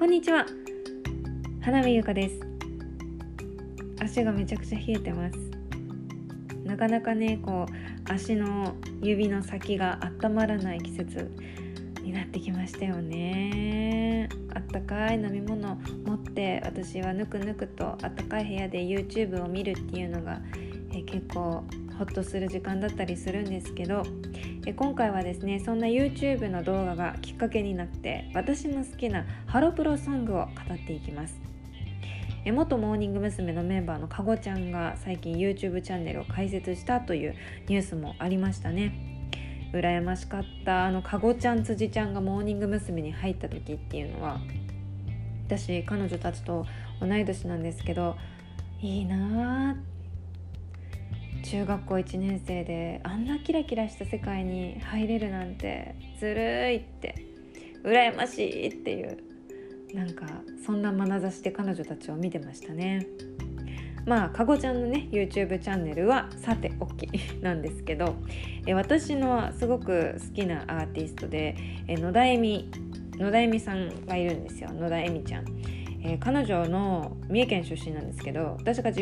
こんにちは、花見ゆかです。足がめちゃくちゃ冷えてます。なかなかね、足の指の先が温まらない季節になってきましたよね。あったかい飲み物持って私はぬくぬくとあったかい部屋で YouTube を見るっていうのが、結構ホッとする時間だったりするんですけど、今回はですね、そんな YouTube の動画がきっかけになって私の好きなハロプロソングを語っていきます。元モーニング娘。のメンバーのかごちゃんが最近 YouTube チャンネルを開設したというニュースもありましたね。羨ましかった。かごちゃん辻ちゃんがモーニング娘。に入った時っていうのは、私彼女たちと同い年なんですけど、いいなぁ、中学校1年生であんなキラキラした世界に入れるなんてずるいって、羨ましいっていう、そんな眼差しで彼女たちを見てましたね。かごちゃんのね YouTube チャンネルはさておきなんですけど、私のすごく好きなアーティストで、野田恵美さんがいるんですよ。野田恵美ちゃん、彼女の三重県出身なんですけど、私が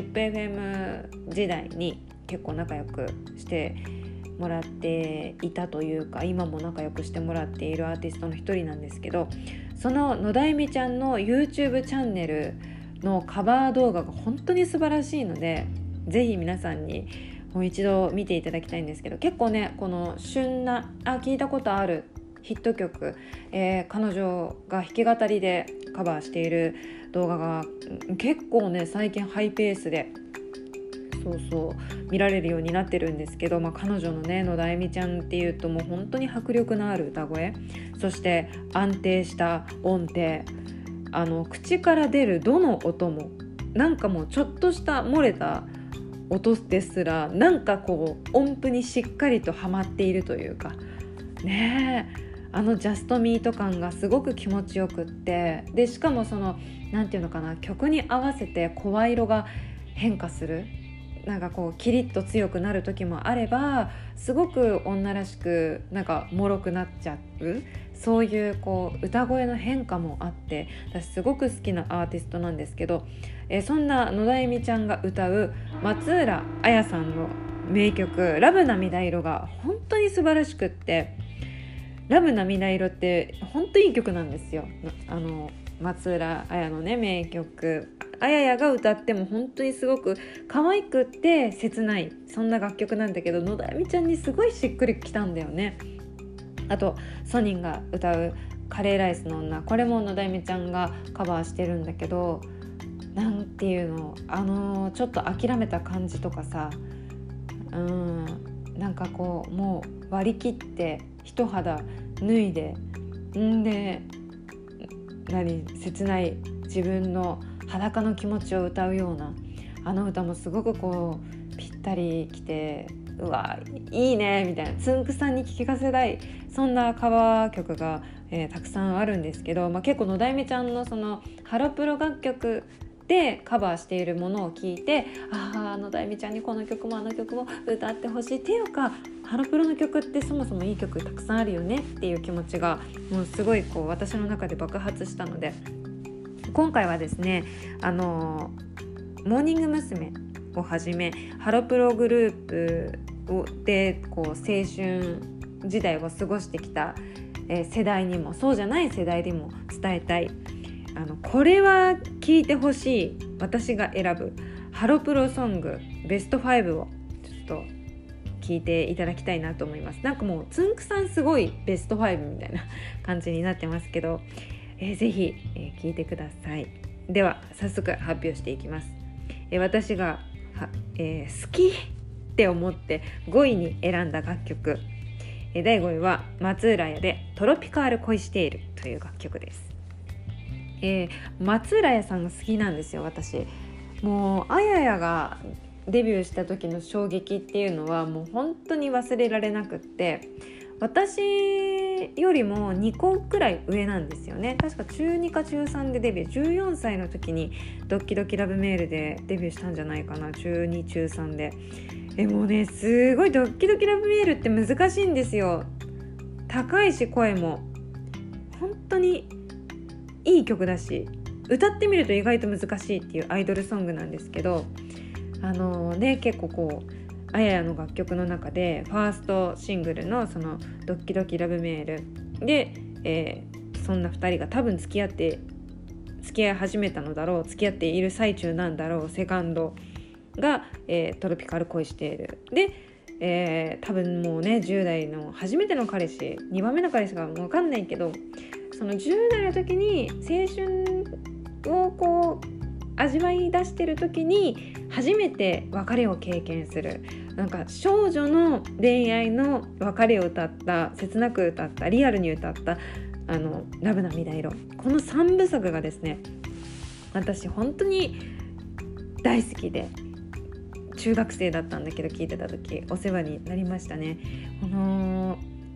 ZIPFM 時代に結構仲良くしてもらっていたというか、今も仲良くしてもらっているアーティストの一人なんですけど、その野田恵美ちゃんの YouTube チャンネルのカバー動画が本当に素晴らしいので、ぜひ皆さんにもう一度見ていただきたいんですけど、結構ね、この旬な聞いたことあるヒット曲、彼女が弾き語りでカバーしている動画が結構ね、最近ハイペースで見られるようになってるんですけど、彼女のね野田恵美ちゃんっていうともう本当に迫力のある歌声、そして安定した音程、口から出るどの音ももうちょっとした漏れた音ですら音符にしっかりとはまっているというかね、ジャストミート感がすごく気持ちよくって、でしかも曲に合わせて声色が変化する、キリッと強くなる時もあれば、すごく女らしく脆くなっちゃう、そういう歌声の変化もあって、私すごく好きなアーティストなんですけど、そんな野田恵美ちゃんが歌う松浦綾さんの名曲ラブ涙色が本当に素晴らしくって、ラブ涙色って本当にいい曲なんですよ。松浦綾のね名曲、あややが歌っても本当にすごく可愛くって切ない、そんな楽曲なんだけど、野田恵美ちゃんにすごいしっくりきたんだよね。あとソニンが歌うカレーライスの女、これも野田恵美ちゃんがカバーしてるんだけど、なんていうの、ちょっと諦めた感じとかさ、もう割り切って一肌脱いで切ない自分の裸の気持ちを歌うような歌もすごくぴったりきて、うわいいねみたいな、つんくさんに聴かせたい、そんなカバー曲が、たくさんあるんですけど、結構野田恵美ちゃんのそのハロプロ楽曲でカバーしているものを聞いて、野田恵美ちゃんにこの曲もあの曲も歌ってほしいっていうか、ハロプロの曲ってそもそもいい曲たくさんあるよねっていう気持ちがもうすごい私の中で爆発したので、今回はですね、モーニング娘。をはじめハロプログループで青春時代を過ごしてきた、世代にもそうじゃない世代にも伝えたい、これは聴いてほしい、私が選ぶハロプロソングベスト5をちょっと聞いていただきたいなと思います。もうつんくさんすごいベスト5みたいな感じになってますけど、ぜひ、聞いてください。では早速発表していきます。私が好きって思って5位に選んだ楽曲、第5位は松浦綾でトロピカール恋しているという楽曲です。松浦綾さんが好きなんですよ。私もうあややがデビューした時の衝撃っていうのはもう本当に忘れられなくって、私よりも2個くらい上なんですよね。確か中2か中3でデビュー、14歳の時にドッキドキラブメールでデビューしたんじゃないかな、中2中3で。もうね、すごいドッキドキラブメールって難しいんですよ。高いし声も本当にいい曲だし、歌ってみると意外と難しいっていうアイドルソングなんですけど、結構こうあややの楽曲の中でファーストシングルのそのドッキドキラブメールで、そんな2人が多分付き合い始めたのだろう、付き合っている最中なんだろう、セカンドが、トロピカル恋しているで、多分もうね10代の初めての彼氏、2番目の彼氏が分かんないけど、その10代の時に青春をこう味わい出してる時に初めて別れを経験する、なんか少女の恋愛の別れを歌った、切なく歌った、リアルに歌ったラブ涙色、この3部作がですね、私本当に大好きで、中学生だったんだけど聞いてた時お世話になりましたね。この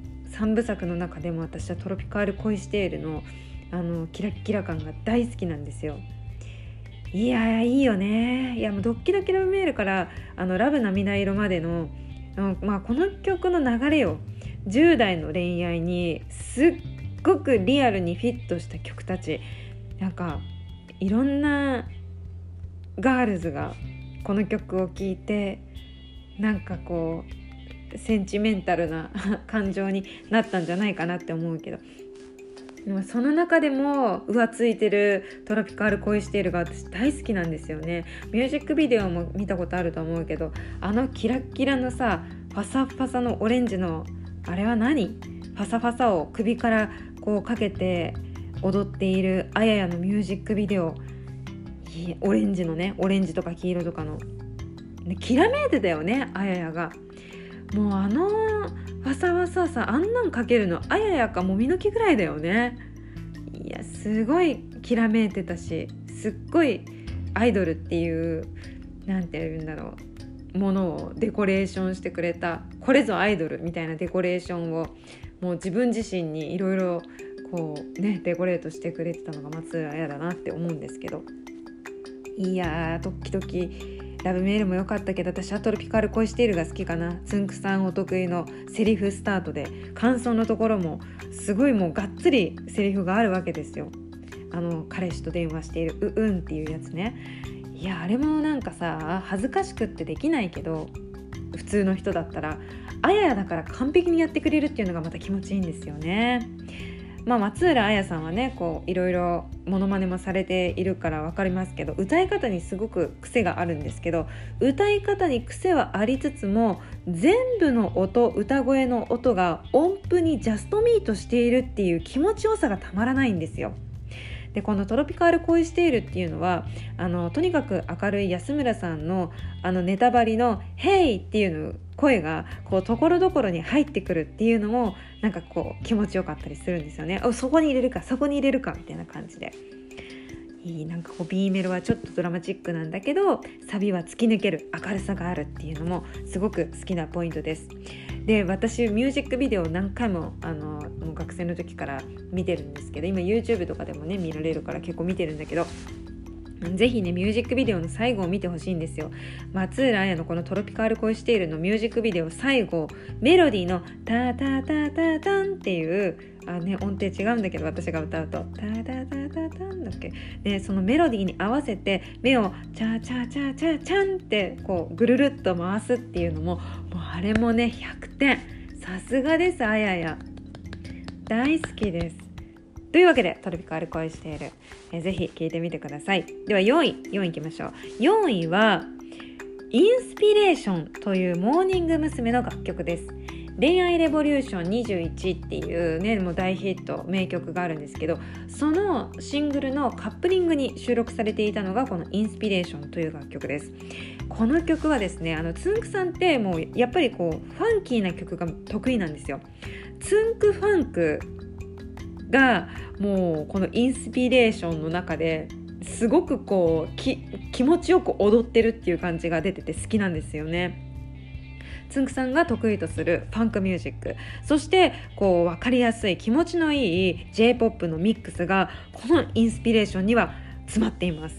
3部作の中でも私はトロピカル恋しているのキラッキラ感が大好きなんですよ。いやいいよね。いやもうドッキドキラブメールからラブ涙色までの、この曲の流れを10代の恋愛にすっごくリアルにフィットした曲たち、なんかいろんなガールズがこの曲を聴いてなんかこうセンチメンタルな感情になったんじゃないかなって思うけど、でもその中でも浮ついてるトロピカル恋しているが私大好きなんですよね。ミュージックビデオも見たことあると思うけど、キラッキラのさ、ファサファサのオレンジのあれは何？ファサファサを首からこうかけて踊っているあややのミュージックビデオ、オレンジのね、オレンジとか黄色とかの、ね、きらめいてたよね、あややが。もうファサファサさ、あんなんかけるのあややかもみの木ぐらいだよね。いやすごいきらめいてたし、すっごいアイドルっていうなんて言うんだろう、ものをデコレーションしてくれた、これぞアイドルみたいなデコレーションをもう自分自身にいろいろこうねデコレートしてくれてたのが松浦綾だなって思うんですけど、いやー時々ラブメールも良かったけど、私はトロピカル恋しているが好きかな。つんくさんお得意のセリフスタートで感想のところもすごいもうがっつりセリフがあるわけですよ。彼氏と電話しているうんっていうやつね。いやあれもなんかさ、恥ずかしくってできないけど、普通の人だったらあややだから完璧にやってくれるっていうのがまた気持ちいいんですよね。松浦綾さんはねこういろいろモノマネもされているから分かりますけど、歌い方にすごく癖があるんですけど、歌い方に癖はありつつも全部の音、歌声の音が音符にジャストミートしているっていう気持ちよさがたまらないんですよ。でこのトロピカル恋しているっていうのはとにかく明るい安村さんのネタバリのヘイっていうの声がこうところどころに入ってくるっていうのもなんかこう気持ちよかったりするんですよね。そこに入れるかそこに入れるかみたいな感じで、なんかこう B メロはちょっとドラマチックなんだけどサビは突き抜ける明るさがあるっていうのもすごく好きなポイントです。で私ミュージックビデオを何回ももう学生の時から見てるんですけど、今 YouTube とかでもね見られるから結構見てるんだけど、ぜひねミュージックビデオの最後を見てほしいんですよ。松浦綾のこのトロピカル恋しているのミュージックビデオ最後メロディーのタタタタタンっていう音程違うんだけど私が歌うとタタタタタンだっけ、でそのメロディーに合わせて目をチャチャチャチャチャンってこうぐるるっと回すっていうのもあれもね100点、さすがですあやや、大好きです。というわけでトロピカル恋している、ぜひ聴いてみてください。では4位いきましょう。4位はインスピレーションというモーニング娘。の楽曲です。恋愛レボリューション21っていうねもう大ヒット名曲があるんですけど、そのシングルのカップリングに収録されていたのがこのインスピレーションという楽曲です。この曲はですねつんくさんってもうやっぱりこうファンキーな曲が得意なんですよ。つんくファンクがもうこのインスピレーションの中ですごくこう気持ちよく踊ってるっていう感じが出てて好きなんですよね。つんくさんが得意とするファンクミュージック、そしてこう分かりやすい気持ちのいい J-POP のミックスがこのインスピレーションには詰まっています。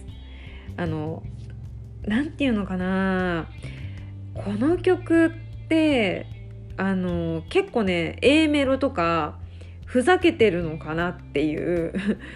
なんていうのかな、この曲って結構ね A メロとかふざけてるのかなっていう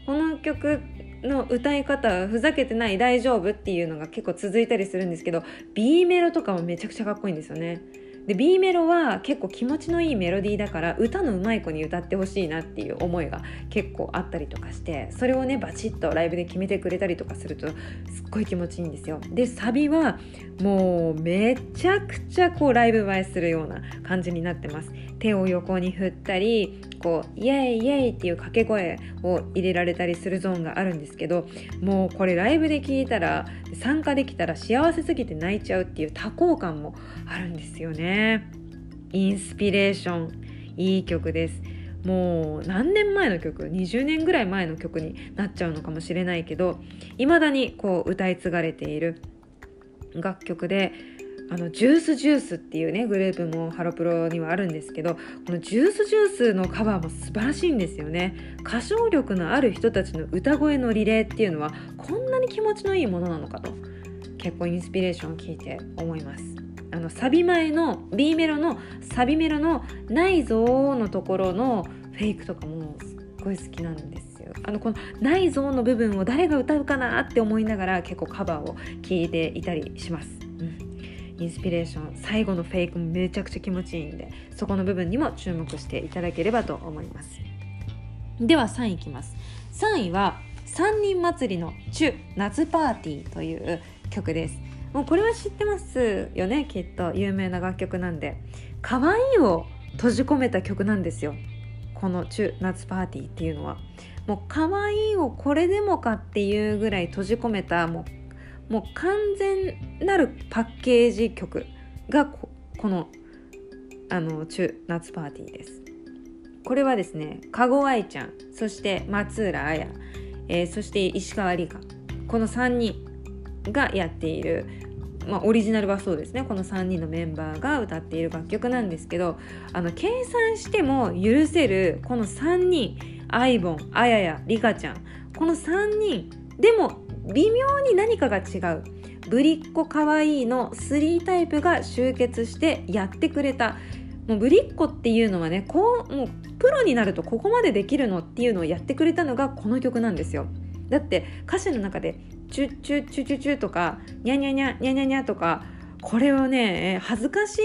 この曲の歌い方はふざけてない大丈夫っていうのが結構続いたりするんですけど、 B メロとかもめちゃくちゃかっこいいんですよね。で B メロは結構気持ちのいいメロディーだから、歌の上手い子に歌ってほしいなっていう思いが結構あったりとかして、それをねバチッとライブで決めてくれたりとかするとすっごい気持ちいいんですよ。でサビはもうめちゃくちゃこうライブ映えするような感じになってます。手を横に振ったり、こうイエイイエイっていう掛け声を入れられたりするゾーンがあるんですけど、もうこれライブで聴いたら、参加できたら幸せすぎて泣いちゃうっていう多幸感もあるんですよね。インスピレーション、いい曲です。もう何年前の曲、20年ぐらい前の曲になっちゃうのかもしれないけど、未だにこう歌い継がれている楽曲で、ジュースジュースっていうねグループもハロプロにはあるんですけど、このジュースジュースのカバーも素晴らしいんですよね。歌唱力のある人たちの歌声のリレーっていうのはこんなに気持ちのいいものなのかと、結構インスピレーションを聞いて思います。サビ前の B メロのサビメロのないぞーのところのフェイクとかもすっごい好きなんですよ。このないぞーの部分を誰が歌うかなって思いながら結構カバーを聞いていたりします。インスピレーション、最後のフェイクもめちゃくちゃ気持ちいいんで、そこの部分にも注目していただければと思います。では3位いきます。3位は三人祭りのチュ夏パーティーという曲です。もうこれは知ってますよね、きっと有名な楽曲なんで。可愛いを閉じ込めた曲なんですよ、このチュ夏パーティーっていうのは。もう可愛いをこれでもかっていうぐらい閉じ込めた、もう完全なるパッケージ曲がこのチュ夏パーティーです。これはですね、加護愛ちゃん、そして松浦綾、そして石川梨花、この3人がやっている、オリジナルはそうですね、この3人のメンバーが歌っている楽曲なんですけど、計算しても許せるこの3人、あいぼん、あやや、りかちゃん、この3人でも微妙に何かが違う、ぶりっ子かわいいの3タイプが集結してやってくれた。もうぶりっ子っていうのはね、もうプロになるとここまでできるのっていうのをやってくれたのがこの曲なんですよ。だって歌詞の中でチュチュチュチュチュとかニャニャニャニャニャニャとか、これをね恥ずかし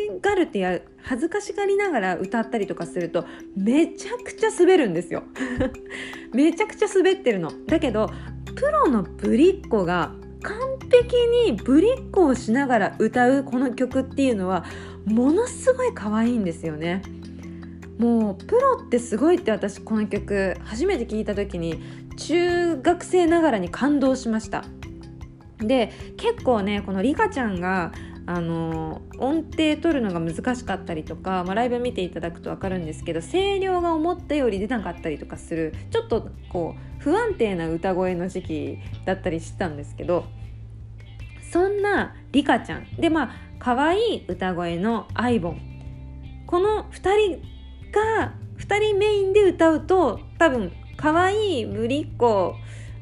がりながら歌ったりとかするとめちゃくちゃ滑るんですよめちゃくちゃ滑ってるの。だけどプロのぶりっ子が完璧にぶりっ子をしながら歌うこの曲っていうのはものすごい可愛いんですよね。もうプロってすごいって、私この曲初めて聞いた時に中学生ながらに感動しました。で結構ね、このリカちゃんが音程取るのが難しかったりとか、ライブ見ていただくと分かるんですけど、声量が思ったより出なかったりとかする、ちょっとこう不安定な歌声の時期だったりしたんですけど、そんなリカちゃんで可愛い歌声のあいぼん、この2人メインで歌うと多分可愛いぶりっ子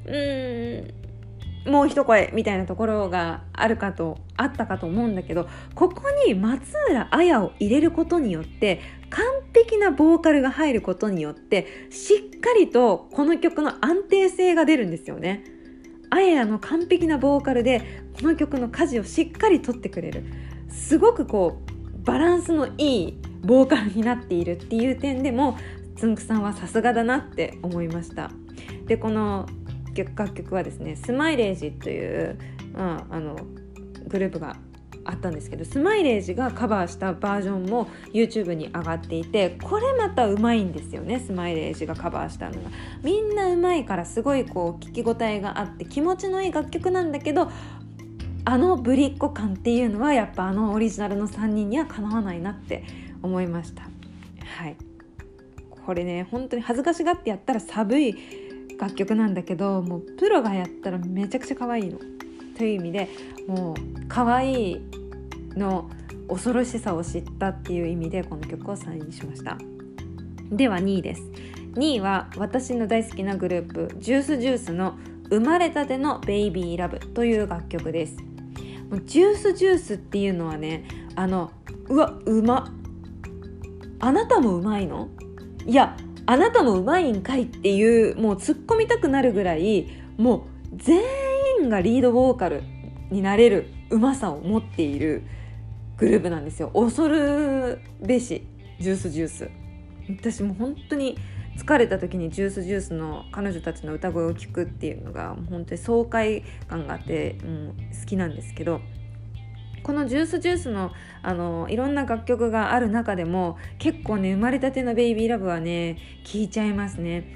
もう一声みたいなところがあったかと思うんだけど、ここに松浦綾を入れることによって、完璧なボーカルが入ることによってしっかりとこの曲の安定性が出るんですよね。綾の完璧なボーカルでこの曲の舵をしっかり取ってくれる、すごくこうバランスのいいボーカルになっているっていう点でもつんくさんはさすがだなって思いました。でこの楽曲はですね、スマイレージという、グループがあったんですけど、スマイレージがカバーしたバージョンも YouTube に上がっていて、これまたうまいんですよね。スマイレージがカバーしたのがみんなうまいから、すごいこう聞き応えがあって気持ちのいい楽曲なんだけど、ぶりっ子感っていうのはやっぱオリジナルの3人にはかなわないなって思いました。はい、これね本当に恥ずかしがってやったら寒い楽曲なんだけど、もうプロがやったらめちゃくちゃ可愛いのという意味で、もう可愛いの恐ろしさを知ったっていう意味でこの曲を3位にしました。では2位です。2位は私の大好きなグループジュースジュースの生まれたてのベイビーラブという楽曲です。もうジュースジュースっていうのはね、うわうま、あなたもうまいの？いやあなたもうまいんかいっていう、もう突っ込みたくなるぐらい、もう全員がリードボーカルになれるうまさを持っているグループなんですよ。恐るべしジュースジュース。私も本当に疲れた時にジュースジュースの彼女たちの歌声を聞くっていうのが本当に爽快感があって、好きなんですけど、このジュースジュースのいろんな楽曲がある中でも結構ね、生まれたてのベイビーラブはね聴いちゃいますね。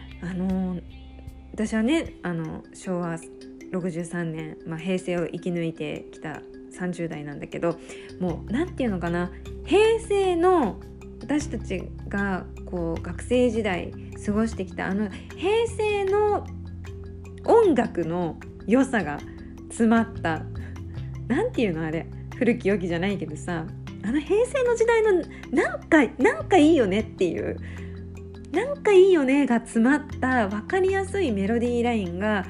私はね昭和63年、平成を生き抜いてきた30代なんだけど、もうなんていうのかな、平成の私たちがこう学生時代過ごしてきた平成の音楽の良さが詰まった、なんていうのあれ、古き良きじゃないけどさ、平成の時代のなんかいいよねっていう、なんかいいよねが詰まった分かりやすいメロディーラインが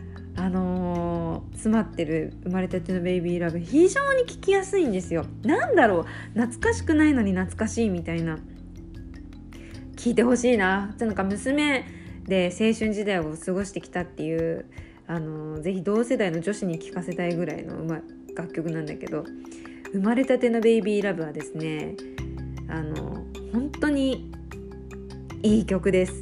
詰まってる生まれたてのベイビーラブ、非常に聴きやすいんですよ。なんだろう、懐かしくないのに懐かしいみたいな、聴いてほしいな。なんか娘で青春時代を過ごしてきたっていうぜひ同世代の女子に聴かせたいぐらいの楽曲なんだけど、生まれたてのベイビーラブはですね、本当にいい曲です。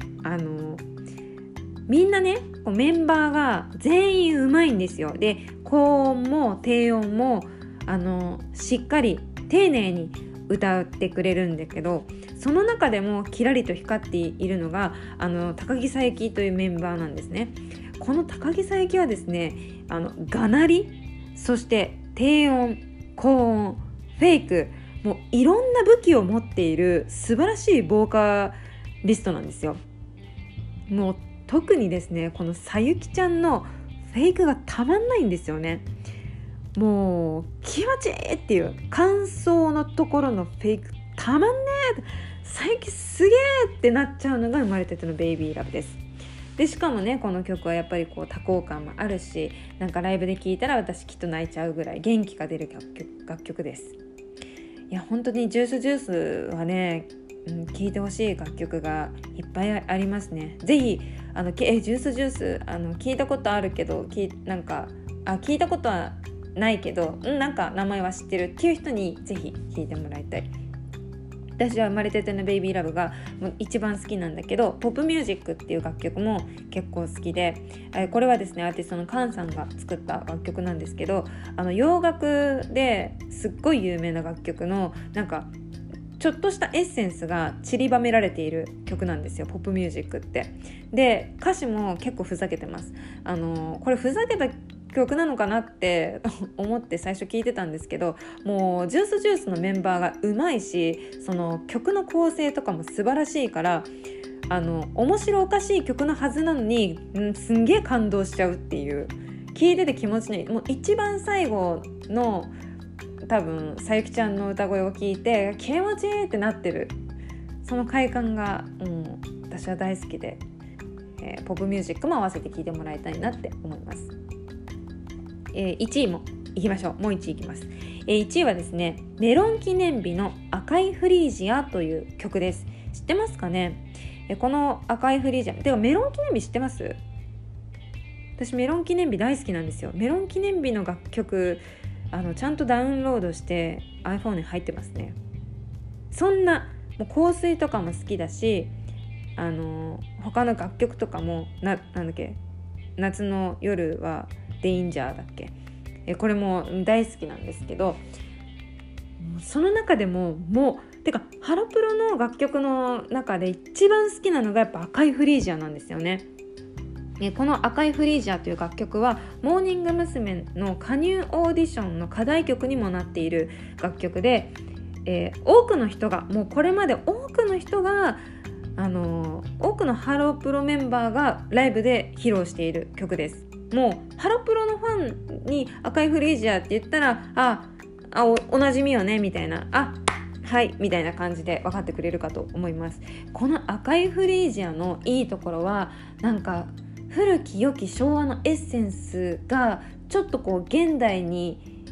みんなね、メンバーが全員うまいんですよ。で、高音も低音もしっかり丁寧に歌ってくれるんだけど、その中でもキラリと光っているのが高木佐伯というメンバーなんですね。この高木佐伯はですね、がなり、そして低音、高音、フェイク、もういろんな武器を持っている素晴らしいボーカリストなんですよ。もう特にですね、このさゆきちゃんのフェイクがたまんないんですよね。もう気持ちいいっていう感想のところのフェイクたまんねえ、さゆきすげえってなっちゃうのが生まれたてのベイビーラブです。でしかもね、この曲はやっぱりこう多幸感もあるし、なんかライブで聴いたら私きっと泣いちゃうぐらい元気が出る楽曲です。いや本当にジュースジュースはね、聴いてほしい楽曲がいっぱいありますね。ぜひジュースジュース聞いたことあるけど聞いたことはないけど、なんか名前は知ってるっていう人にぜひ聴いてもらいたい。私は生まれたてのベイビーラブが一番好きなんだけど、ポップミュージックっていう楽曲も結構好きで、これはですね、アーティストのカンさんが作った楽曲なんですけど、洋楽ですっごい有名な楽曲のなんかちょっとしたエッセンスが散りばめられている曲なんですよ、ポップミュージックって。で、歌詞も結構ふざけてます。これふざけた曲なのかなって思って最初聞いてたんですけど、もうジュースジュースのメンバーがうまいし、その曲の構成とかも素晴らしいから、面白おかしい曲のはずなのに、すんげえ感動しちゃうっていう、聞いてて気持ちのいい、もう一番最後の多分さゆきちゃんの歌声を聞いて気持ちいいってなってる、その快感が、私は大好きで、ポップミュージックも合わせて聴いてもらいたいなって思います。1位もいきましょう。もう1位いきます。1位はですね、メロン記念日の赤いフリージアという曲です。知ってますかね。この赤いフリージア、ではメロン記念日知ってます？私メロン記念日大好きなんですよ。メロン記念日の楽曲ちゃんとダウンロードして iPhone に入ってますね。そんなもう香水とかも好きだし、他の楽曲とかもなんだっけ、夏の夜はデインジャーだっけ、これも大好きなんですけど、その中でもハロプロの楽曲の中で一番好きなのがやっぱ赤いフリージアなんですよね。この赤いフリージアという楽曲はモーニング娘。の加入オーディションの課題曲にもなっている楽曲で、多くの人が多くのハロプロメンバーがライブで披露している曲です。もうハロプロのファンに赤いフリージアって言ったらおなじみよねみたいな、はいみたいな感じで分かってくれるかと思います。この赤いフリージアのいいところは、なんか古き良き昭和のエッセンスがちょっとこう現代に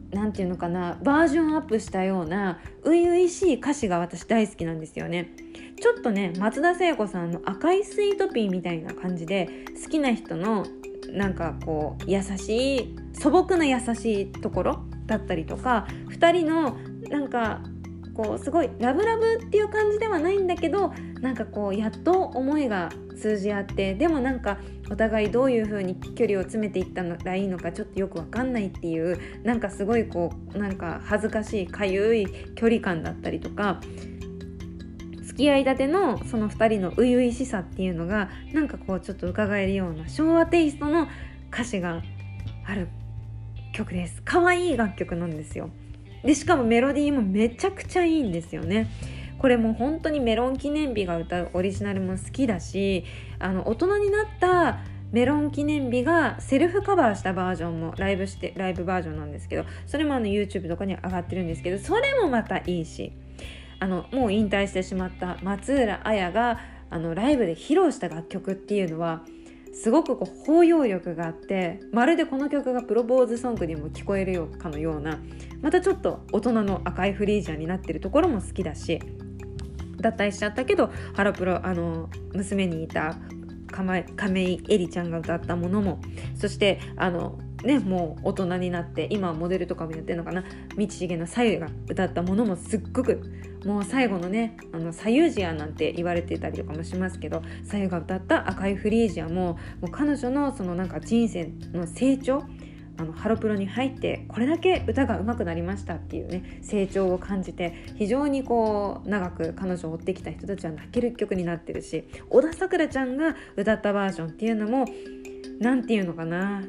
なんていうのかな、バージョンアップしたような初々しい歌詞が私大好きなんですよね。ちょっとね、松田聖子さんの赤いスイートピーみたいな感じで、好きな人のなんかこう優しい素朴な優しいところだったりとか、2人のなんかこうすごいラブラブっていう感じではないんだけど、なんかこうやっと思いが通じ合って、でもなんかお互いどういう風に距離を詰めていったらいいのかちょっとよくわかんないっていう、なんかすごいこうなんか恥ずかしいかゆい距離感だったりとか、付き合いたてのその2人の初々しさっていうのがなんかこうちょっと伺えるような昭和テイストの歌詞がある曲です。可愛い楽曲なんですよ。でしかもメロディーもめちゃくちゃいいんですよね。これもう本当にメロン記念日が歌うオリジナルも好きだし、大人になったメロン記念日がセルフカバーしたバージョンもライブバージョンなんですけど、それもYouTube とかに上がってるんですけど、それもまたいいし、もう引退してしまった松浦綾がライブで披露した楽曲っていうのはすごくこう包容力があって、まるでこの曲がプロポーズソングにも聞こえるかのような、またちょっと大人の赤いフリージャーになってるところも好きだし、脱退しちゃったけどハロプロ娘にいた亀井絵里ちゃんが歌ったものも、そしてもう大人になって今はモデルとかもやってるのかな、道重のさゆが歌ったものもすっごく、もう最後のねさゆじアなんて言われてたりとかもしますけど、さゆが歌った赤いフリージアもう彼女のそのなんか人生の成長、ハロプロに入ってこれだけ歌が上手くなりましたっていうね成長を感じて、非常にこう長く彼女を追ってきた人たちは泣ける曲になってるし、小田さくらちゃんが歌ったバージョンっていうのもなんていうのかな、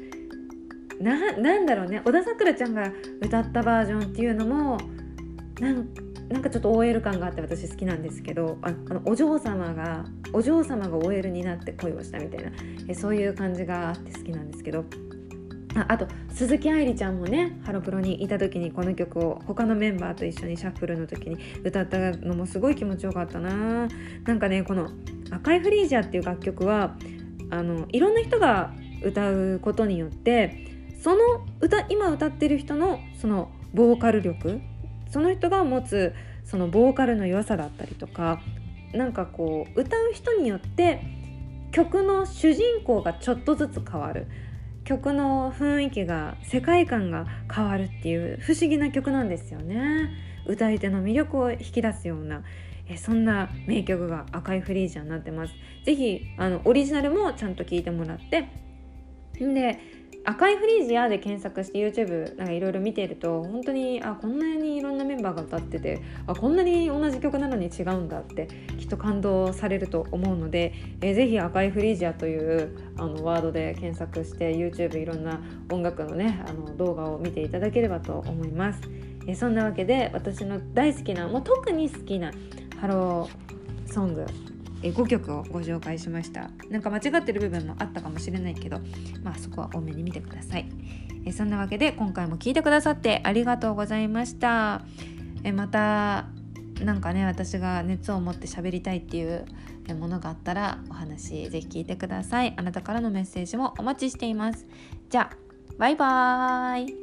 なんだろうね、小田さくらちゃんが歌ったバージョンっていうのもなんかちょっと OL 感があって私好きなんですけど、お嬢様が OL になって恋をしたみたいな、そういう感じがあって好きなんですけど、あと鈴木愛理ちゃんもねハロプロにいた時にこの曲を他のメンバーと一緒にシャッフルの時に歌ったのもすごい気持ちよかったな。なんかね、この赤いフリージャーっていう楽曲はいろんな人が歌うことによってその今歌ってる人のそのボーカル力、その人が持つそのボーカルの良さだったりとか、なんかこう歌う人によって曲の主人公がちょっとずつ変わる、曲の雰囲気が世界観が変わるっていう不思議な曲なんですよね。歌い手の魅力を引き出すようなそんな名曲が赤いフリージャーになってます。ぜひオリジナルもちゃんと聴いてもらって、で赤いフリージアで検索して YouTube なんかいろいろ見ていると本当にこんなにいろんなメンバーが歌っててこんなに同じ曲なのに違うんだってきっと感動されると思うので、ぜひ赤いフリージアというワードで検索して YouTube いろんな音楽のね動画を見ていただければと思います。そんなわけで私の大好きなもう特に好きなハローソング5曲をご紹介しました。なんか間違ってる部分もあったかもしれないけど、そこは多めに見てください。そんなわけで今回も聞いてくださってありがとうございました。またなんかね私が熱を持って喋りたいっていうものがあったらお話ぜひ聞いてください。あなたからのメッセージもお待ちしています。じゃあバイバーイ。